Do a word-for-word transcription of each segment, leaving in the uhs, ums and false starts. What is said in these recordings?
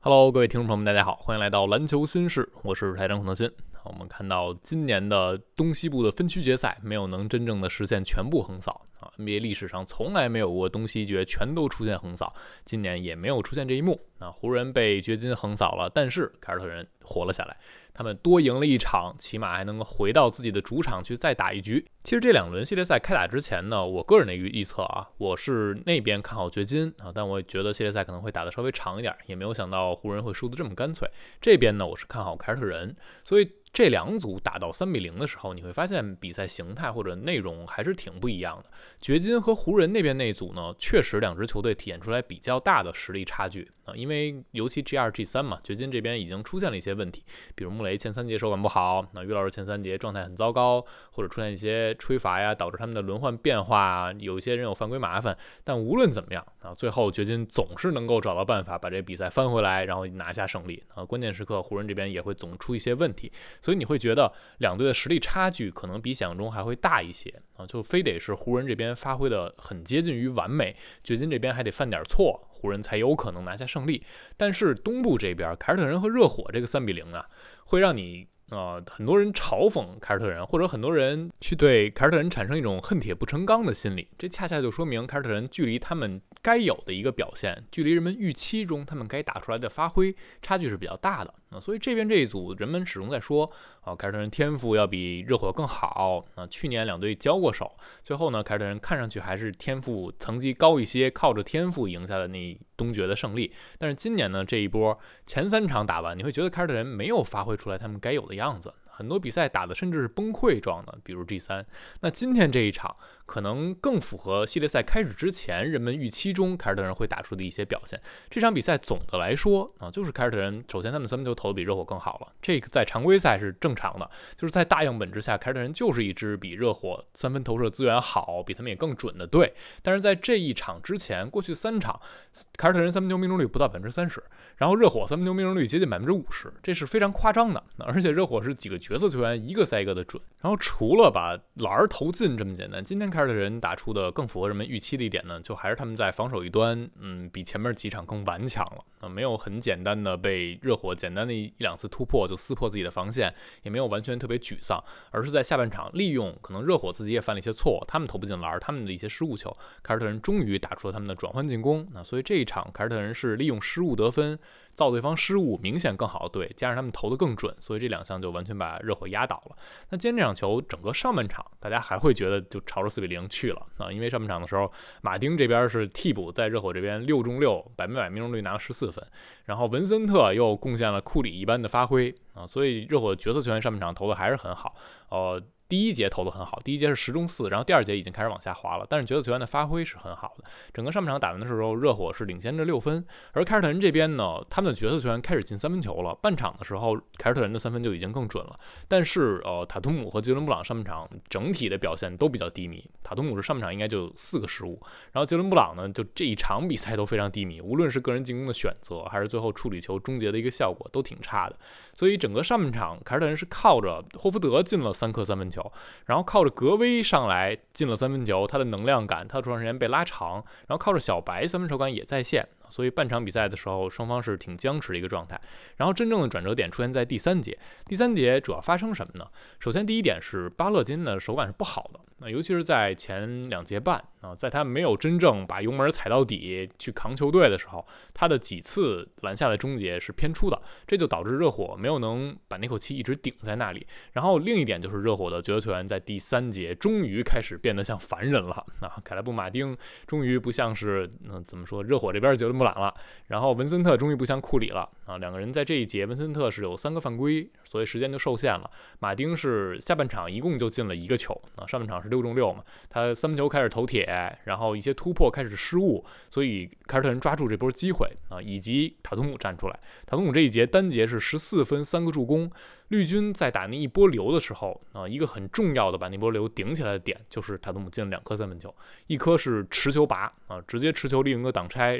Hello，各位听众朋友们，大家好，欢迎来到篮球新事，我是台长孔德新。我们看到今年的东西部的分区决赛没有能真正的实现全部横扫啊 ，N B A 历史上从来没有过东西决全都出现横扫，今年也没有出现这一幕。那湖人被掘金横扫了，但是凯尔特人活了下来，他们多赢了一场，起码还能够回到自己的主场去再打一局。其实这两轮系列赛开打之前呢，我个人的一个预测啊，我是那边看好掘金啊，但我觉得系列赛可能会打得稍微长一点，也没有想到湖人会输得这么干脆。这边呢，我是看好凯尔特人，所以这两组打到三比零的时候，你会发现比赛形态或者内容还是挺不一样的。掘金和湖人那边那组呢，确实两支球队体现出来比较大的实力差距啊，因为尤其 G 二 G 三嘛，掘金这边已经出现了一些问题，比如穆雷前三节手感不好，那于老师前三节状态很糟糕，或者出现一些吹罚呀，导致他们的轮换变化，有一些人有犯规麻烦。但无论怎么样啊，最后掘金总是能够找到办法把这比赛翻回来，然后拿下胜利啊。关键时刻湖人这边也会总出一些问题。所以你会觉得两队的实力差距可能比想象中还会大一些啊，就非得是湖人这边发挥的很接近于完美，掘金这边还得犯点错，湖人才有可能拿下胜利。但是东部这边凯尔特人和热火这个三比零啊，会让你呃，很多人嘲讽凯尔特人，或者很多人去对凯尔特人产生一种恨铁不成钢的心理，这恰恰就说明凯尔特人距离他们该有的一个表现，距离人们预期中他们该打出来的发挥差距是比较大的。啊，所以这边这一组人们始终在说啊，凯尔特人天赋要比热火更好。啊，去年两队交过手，最后呢，凯尔特人看上去还是天赋层级高一些，靠着天赋赢下的那东决的胜利。但是今年呢，这一波前三场打完，你会觉得凯尔特人没有发挥出来他们该有的样子。很多比赛打的甚至是崩溃状的，比如 G 三。那今天这一场可能更符合系列赛开始之前人们预期中凯尔特人会打出的一些表现。这场比赛总的来说啊，就是凯尔特人首先他们三分球投的比热火更好了，这个在常规赛是正常的，就是在大样本之下，凯尔特人就是一支比热火三分投射资源好，比他们也更准的队。但是在这一场之前，过去三场凯尔特人三分球命中率不到百分之三十，然后热火三分球命中率接近百分之五十，这是非常夸张的。而且热火是几个角色球员一个赛一个的准，然后除了把篮儿投进这么简单，今天凯尔特人打出的更符合人们预期的一点呢，就还是他们在防守一端，嗯，比前面几场更顽强了啊，没有很简单的被热火简单的一两次突破就撕破自己的防线，也没有完全特别沮丧，而是在下半场利用可能热火自己也犯了一些错误，他们投不进篮，他们的一些失误球，凯尔特人终于打出了他们的转换进攻。那所以这一场凯尔特人是利用失误得分，造对方失误明显更好的队，加上他们投得更准，所以这两项就完全把热火压倒了。那今天这场球整个上半场大家还会觉得就朝着四比零去了啊，因为上半场的时候马丁这边是替补，在热火这边六中六，百分百命中率拿了十四分，然后文森特又贡献了库里一般的发挥啊，所以热火角色球员上半场投的还是很好。呃第一节投得很好，第一节是十中四，然后第二节已经开始往下滑了，但是角色球员的发挥是很好的。整个上半场打完的时候，热火是领先着六分，而凯尔特人这边呢，他们的角色球员开始进三分球了。半场的时候，凯尔特人的三分就已经更准了，但是呃，塔图姆和杰伦布朗上半场整体的表现都比较低迷。塔图姆是上半场应该就有四个失误，然后杰伦布朗呢，就这一场比赛都非常低迷，无论是个人进攻的选择，还是最后处理球终结的一个效果，都挺差的。所以整个上半场，凯尔特人是靠着霍福德进了三颗三分球，然后靠着格威上来进了三分球，他的能量感，他的出场时间被拉长，然后靠着小白三分球感也在线，所以半场比赛的时候双方是挺僵持的一个状态。然后真正的转折点出现在第三节，第三节主要发生什么呢？首先第一点是巴勒金的手感是不好的，那尤其是在前两节半啊，在他没有真正把油门踩到底去扛球队的时候，他的几次篮下的终结是偏出的，这就导致热火没有能把那口气一直顶在那里。然后另一点就是热火的角色球员在第三节终于开始变得像凡人了啊，凯莱布马丁终于不像是嗯、呃、怎么说热火这边杰伦布朗了，然后文森特终于不像库里了啊，两个人在这一节文森特是有三个犯规，所以时间就受限了。马丁是下半场一共就进了一个球啊，上半场是六中六嘛，他三分球开始投铁，然后一些突破开始失误，所以凯尔特人抓住这波机会啊，以及塔图姆站出来，塔图姆这一节单节是十四分三个助攻。绿军在打那一波流的时候啊，一个很重要的把那波流顶起来的点就是塔图姆进了两颗三分球，一颗是持球拔啊，直接持球利用一个挡拆，热火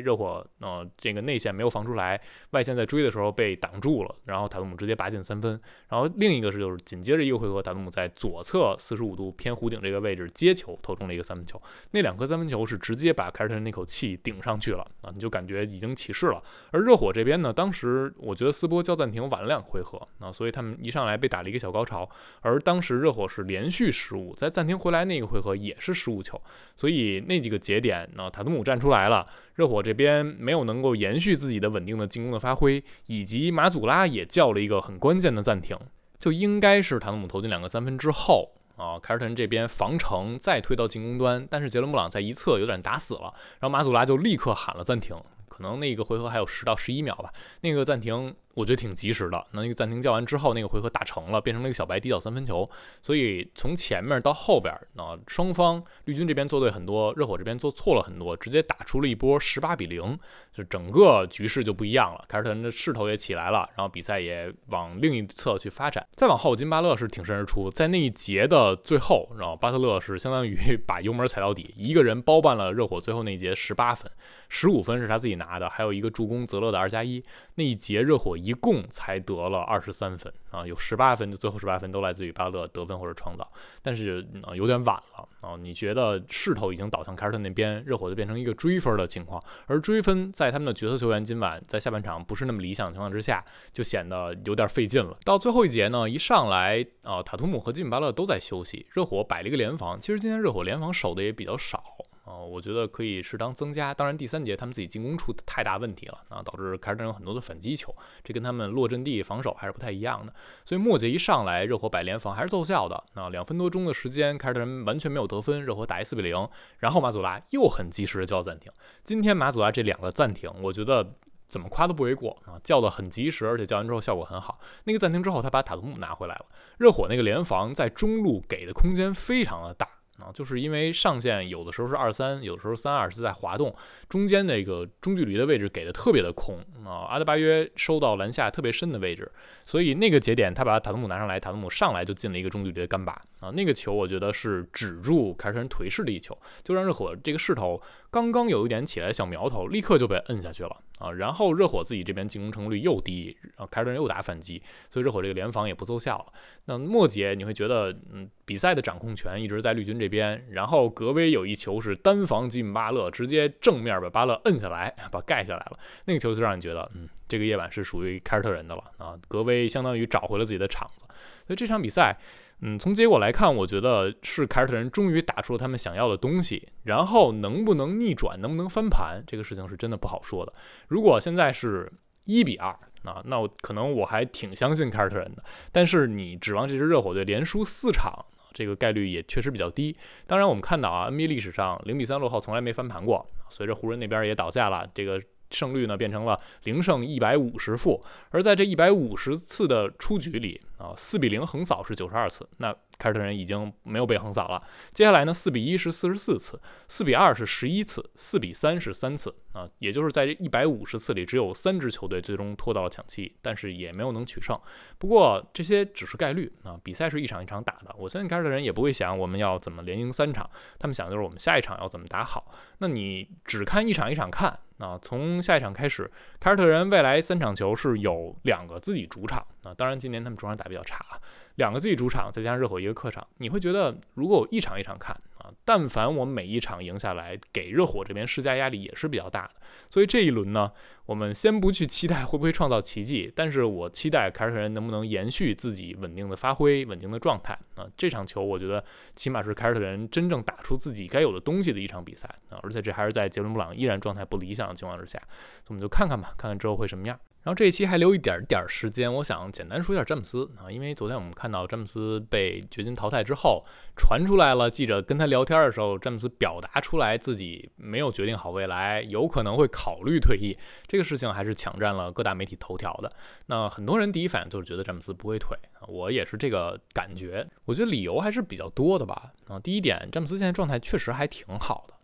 呃，这个内线没有防出来，外线在追的时候被挡住了，然后塔图姆直接拔进三分。然后另一个是就是紧接着一个回合，塔图姆在左侧四十五度偏弧顶这个位置接球投中了一个三分球，那两颗三分球是直接把凯尔特人那口气顶上去了啊，你就感觉已经起势了。而热火这边呢，当时我觉得斯波叫暂停晚了两回合啊，所以他们一上来被打了一个小高潮，而当时热火是连续失误，在暂停回来那个回合也是失误球，所以那几个节点呢，塔图姆站出来了，热火这边没有能够延续自己的稳定的进攻的发挥，以及马祖拉也叫了一个很关键的暂停，就应该是塔图姆投进两个三分之后啊，凯尔特人这边防城再推到进攻端，但是杰伦布朗在一侧有点打死了，然后马祖拉就立刻喊了暂停，可能那个回合还有十到十一秒吧，那个暂停我觉得挺及时的，那那个暂停叫完之后，那个回合打成了，变成了一个小白底角三分球，所以从前面到后边，那双方绿军这边做对很多，热火这边做错了很多，直接打出了一波十八比零，就整个局势就不一样了，凯尔特人的势头也起来了，然后比赛也往另一侧去发展。再往后，金巴勒是挺身而出，在那一节的最后，然后巴特勒是相当于把油门踩到底，一个人包办了热火最后那一节十八分，十五分是他自己拿的，还有一个助攻泽勒的二加一，那一节热火一共才得了二十三分啊，有十八分，最后十八分都来自于巴勒得分或者创造，但是、呃、有点晚了啊。你觉得势头已经倒向凯尔特那边，热火就变成一个追分的情况，而追分在他们的角色球员今晚在下半场不是那么理想的情况之下，就显得有点费劲了。到最后一节呢，一上来啊、呃，塔图姆和基本巴勒都在休息，热火摆了一个联防，其实今天热火联防守的也比较少。啊、呃，我觉得可以适当增加。当然，第三节他们自己进攻出太大问题了啊，导致凯尔特人有很多的反击球，这跟他们落阵地防守还是不太一样的。所以末节一上来，热火摆联防还是奏效的。啊，两分多钟的时间，凯尔特人完全没有得分，热火打一四比零，然后马祖拉又很及时的叫暂停。今天马祖拉这两个暂停，我觉得怎么夸都不为过啊，叫得很及时，而且叫完之后效果很好。那个暂停之后，他把塔图姆拿回来了。热火那个联防在中路给的空间非常的大。啊，就是因为上线有的时候是二三，有的时候三二是在滑动，中间那个中距离的位置给的特别的空啊，阿德巴约收到篮下特别深的位置，所以那个节点他把塔图姆拿上来，塔图姆上来就进了一个中距离的干拔啊，那个球我觉得是止住凯尔特人颓势的一球，就让热火这个势头刚刚有一点起来小苗头，立刻就被摁下去了啊，然后热火自己这边进攻成功率又低，啊，凯尔特人又打反击，所以热火这个联防也不奏效了。那末节你会觉得，嗯，比赛的掌控权一直在绿军这边，然后格威有一球是单防基本巴勒，直接正面把巴勒摁下来，把盖下来了。那个球就让你觉得，嗯，这个夜晚是属于凯尔特人的了啊。格威相当于找回了自己的场子，所以这场比赛，嗯，从结果来看，我觉得是凯尔特人终于打出了他们想要的东西，然后能不能逆转，能不能翻盘，这个事情是真的不好说的。如果现在是一比二。啊，那我可能我还挺相信凯尔特人的，但是你指望这支热火队连输四场，这个概率也确实比较低。当然，我们看到啊 ，N B A 历史上零比三落后从来没翻盘过，随着湖人那边也倒下了，这个胜率呢变成了零胜一百五十负，而在这一百五十次的出局里啊，四比零横扫是九十二次，那凯尔特人已经没有被横扫了。接下来呢，四比一是四十四次，四比二是十一次，四比三是三次啊，也就是在这一百五十次里，只有三支球队最终拖到了抢七，但是也没有能取胜。不过这些只是概率啊，比赛是一场一场打的。我相信凯尔特人也不会想我们要怎么连赢三场，他们想的就是我们下一场要怎么打好。那你只看一场一场看。啊，从下一场开始，凯尔特人未来三场球是有两个自己主场啊，当然今年他们主场打比较差，两个自己主场再加上热火一个客场，你会觉得如果我一场一场看啊，但凡我每一场赢下来，给热火这边施加压力也是比较大的。所以这一轮呢，我们先不去期待会不会创造奇迹，但是我期待凯尔特人能不能延续自己稳定的发挥、稳定的状态啊。这场球我觉得起码是凯尔特人真正打出自己该有的东西的一场比赛啊，而且这还是在杰伦布朗依然状态不理想的情况之下，我们就看看吧，看看之后会什么样。然后这一期还留一点点时间，我想简单说一下詹姆斯啊，因为昨天我们看到詹姆斯被掘金淘汰之后，传出来了，记者跟他聊天的时候，詹姆斯表达出来自己没有决定好未来，有可能会考虑退役，这个事情还是抢占了各大媒体头条的。那很多人第一反应就是觉得詹姆斯不会退，我也是这个感觉。我觉得理由还是比较多的吧。啊，第一点，詹姆斯现在状态确实还挺好的。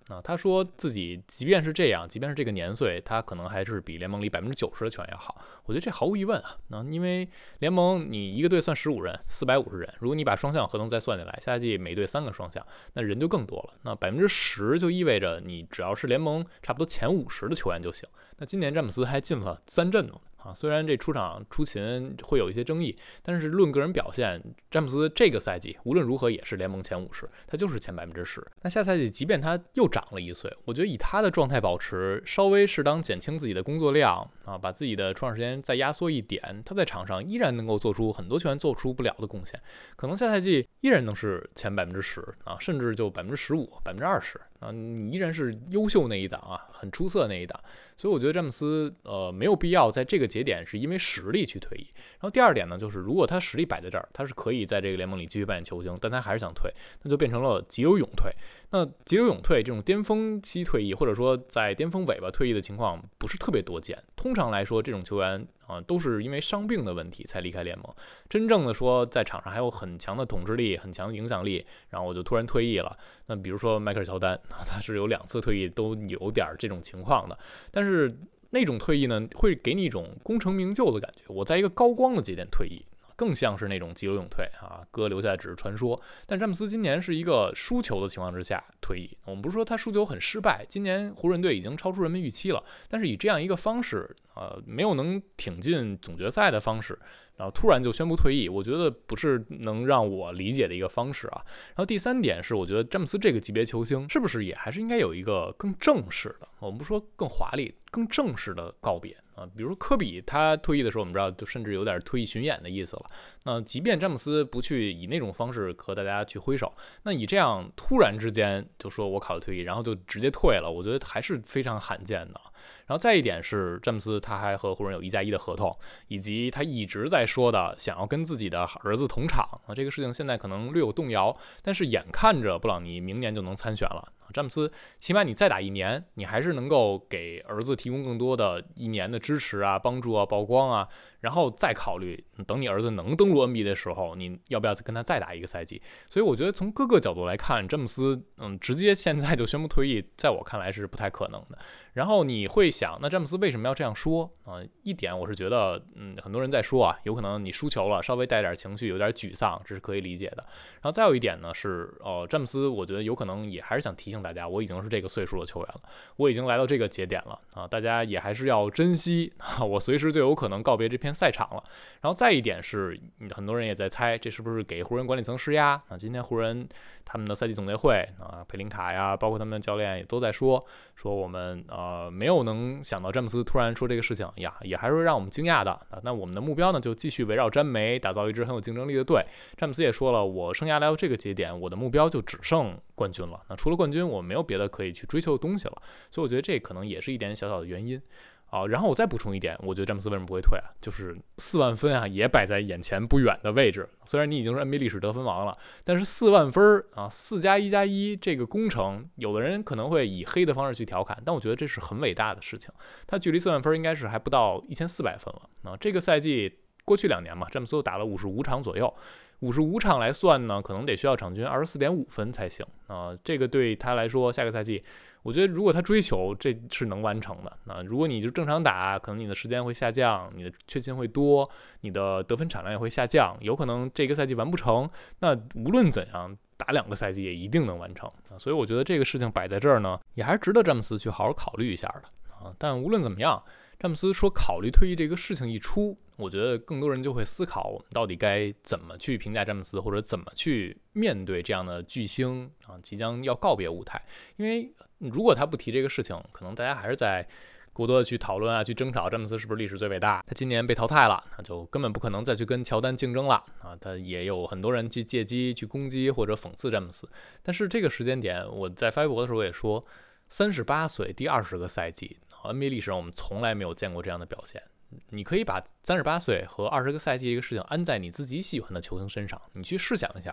啊。他说自己即便是这样，即便是这个年岁，他可能还是比联盟里百分之九十的球员要好。我觉得这毫无疑问啊。那因为联盟你一个队算十五人，四百五十人，如果你把双向合同再算进来，下赛季每队三个双向，那人就更多了。那百分之十就意味着你只要是联盟差不多前五十的球员就行。那今年詹姆斯还进了三阵呢。啊，虽然这出场出勤会有一些争议，但是论个人表现，詹姆斯这个赛季无论如何也是联盟前五十，他就是前百分之十。那下赛季即便他又长了一岁，我觉得以他的状态保持，稍微适当减轻自己的工作量啊，把自己的出场时间再压缩一点，他在场上依然能够做出很多球员做出不了的贡献，可能下赛季依然能是前百分之十啊，甚至就百分之十五、百分之二十啊，你依然是优秀那一档啊，很出色那一档。所以我觉得詹姆斯呃没有必要在这个节点是因为实力去退役。然后第二点呢，就是如果他实力摆在这儿，他是可以在这个联盟里继续扮演球星，但他还是想退，那就变成了急流勇退。那急流勇退这种巅峰期退役，或者说在巅峰尾巴退役的情况不是特别多见。通常来说，这种球员啊、呃、都是因为伤病的问题才离开联盟。真正的说在场上还有很强的统治力、很强的影响力，然后我就突然退役了。那比如说迈克尔乔丹，他是有两次退役都有点这种情况的，但是那种退役呢，会给你一种功成名就的感觉。我在一个高光的节点退役，更像是那种急流勇退啊，哥留下的只是传说。但詹姆斯今年是一个输球的情况之下退役，我们不是说他输球很失败，今年湖人队已经超出人们预期了，但是以这样一个方式，呃，没有能挺进总决赛的方式，然后突然就宣布退役，我觉得不是能让我理解的一个方式啊。然后第三点是，我觉得詹姆斯这个级别球星是不是也还是应该有一个更正式的，我们不说更华丽，更正式的告别啊。比如说科比他退役的时候，我们知道就甚至有点退役巡演的意思了。那即便詹姆斯不去以那种方式和大家去挥手，那以这样突然之间就说我考虑退役，然后就直接退了，我觉得还是非常罕见的。然后再一点是，詹姆斯他还和湖人有一加一的合同，以及他一直在说的想要跟自己的儿子同场啊，这个事情现在可能略有动摇，但是眼看着布朗尼明年就能参选了。詹姆斯起码你再打一年，你还是能够给儿子提供更多的一年的支持啊、帮助啊、曝光啊，然后再考虑等你儿子能登陆 N B A 的时候，你要不要跟他再打一个赛季。所以我觉得从各个角度来看，詹姆斯嗯直接现在就宣布退役，在我看来是不太可能的。然后你会想，那詹姆斯为什么要这样说啊？一点我是觉得，嗯，很多人在说啊，有可能你输球了，稍微带点情绪，有点沮丧，这是可以理解的。然后再有一点呢是，呃，詹姆斯我觉得有可能也还是想提醒大家，我已经是这个岁数的球员了，我已经来到这个节点了啊，大家也还是要珍惜啊，我随时就有可能告别这片赛场了。然后再一点是，很多人也在猜，这是不是给湖人管理层施压啊？今天湖人他们的赛季总结会啊，佩林卡呀，包括他们的教练也都在说，说我们呃没有能想到詹姆斯突然说这个事情呀，也还是让我们惊讶的啊。那我们的目标呢，就继续围绕詹梅打造一支很有竞争力的队。詹姆斯也说了，我生涯来到这个节点，我的目标就只剩冠军了。那除了冠军，我没有别的可以去追求的东西了。所以我觉得这可能也是一点小小的原因。啊，然后我再补充一点，我觉得詹姆斯为什么不会退啊？就是四万分啊，也摆在眼前不远的位置。虽然你已经是 N B A 历史得分王了，但是四万分啊，四加一加一这个工程，有的人可能会以黑的方式去调侃，但我觉得这是很伟大的事情。他距离四万分应该是还不到一千四百分了。啊，这个赛季过去两年嘛，詹姆斯打了五十五场左右。五十五场来算呢，可能得需要场均二十四点五分才行啊、呃。这个对他来说，下个赛季，我觉得如果他追求，这是能完成的。那、呃、如果你就正常打，可能你的时间会下降，你的缺勤会多，你的得分产量也会下降，有可能这个赛季完不成。那无论怎样，打两个赛季也一定能完成啊。所以我觉得这个事情摆在这儿呢，也还是值得詹姆斯去好好考虑一下的啊。但无论怎么样，詹姆斯说考虑退役这个事情一出，我觉得更多人就会思考，我们到底该怎么去评价詹姆斯，或者怎么去面对这样的巨星啊，即将要告别舞台。因为如果他不提这个事情，可能大家还是在过多的去讨论啊，去争吵詹姆斯是不是历史最伟大。他今年被淘汰了，那就根本不可能再去跟乔丹竞争了啊。他也有很多人去借机去攻击或者讽刺詹姆斯。但是这个时间点，我在发微博的时候也说，三十八岁第二十个赛季 N B A 历史上我们从来没有见过这样的表现。你可以把三十八岁和二十个赛季这个事情安在你自己喜欢的球星身上，你去试想一下，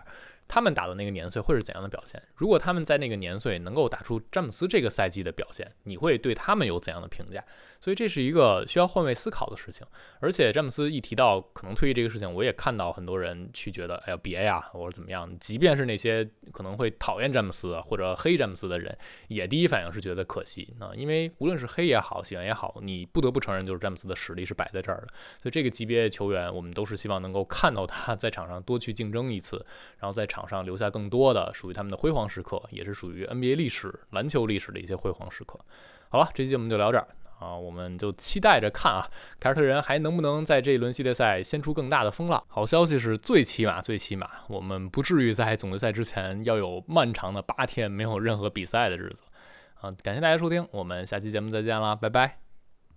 他们打的那个年岁会是怎样的表现？如果他们在那个年岁能够打出詹姆斯这个赛季的表现，你会对他们有怎样的评价？所以这是一个需要换位思考的事情。而且詹姆斯一提到可能退役这个事情，我也看到很多人去觉得，哎呀别呀，或者怎么样。即便是那些可能会讨厌詹姆斯或者黑詹姆斯的人，也第一反应是觉得可惜啊，因为无论是黑也好，喜欢也好，你不得不承认就是詹姆斯的实力是摆在这儿的。所以这个级别的球员，我们都是希望能够看到他在场上多去竞争一次，然后在场上留下更多的属于他们的辉煌时刻，也是属于 N B A 历史、篮球历史的一些辉煌时刻。好了，这期我们就聊这儿。啊，我们就期待着看啊，凯尔特人还能不能在这一轮系列赛掀出更大的风浪？好消息是，最起码最起码，我们不至于在总决赛之前要有漫长的八天没有任何比赛的日子。啊，感谢大家收听，我们下期节目再见啦，拜拜。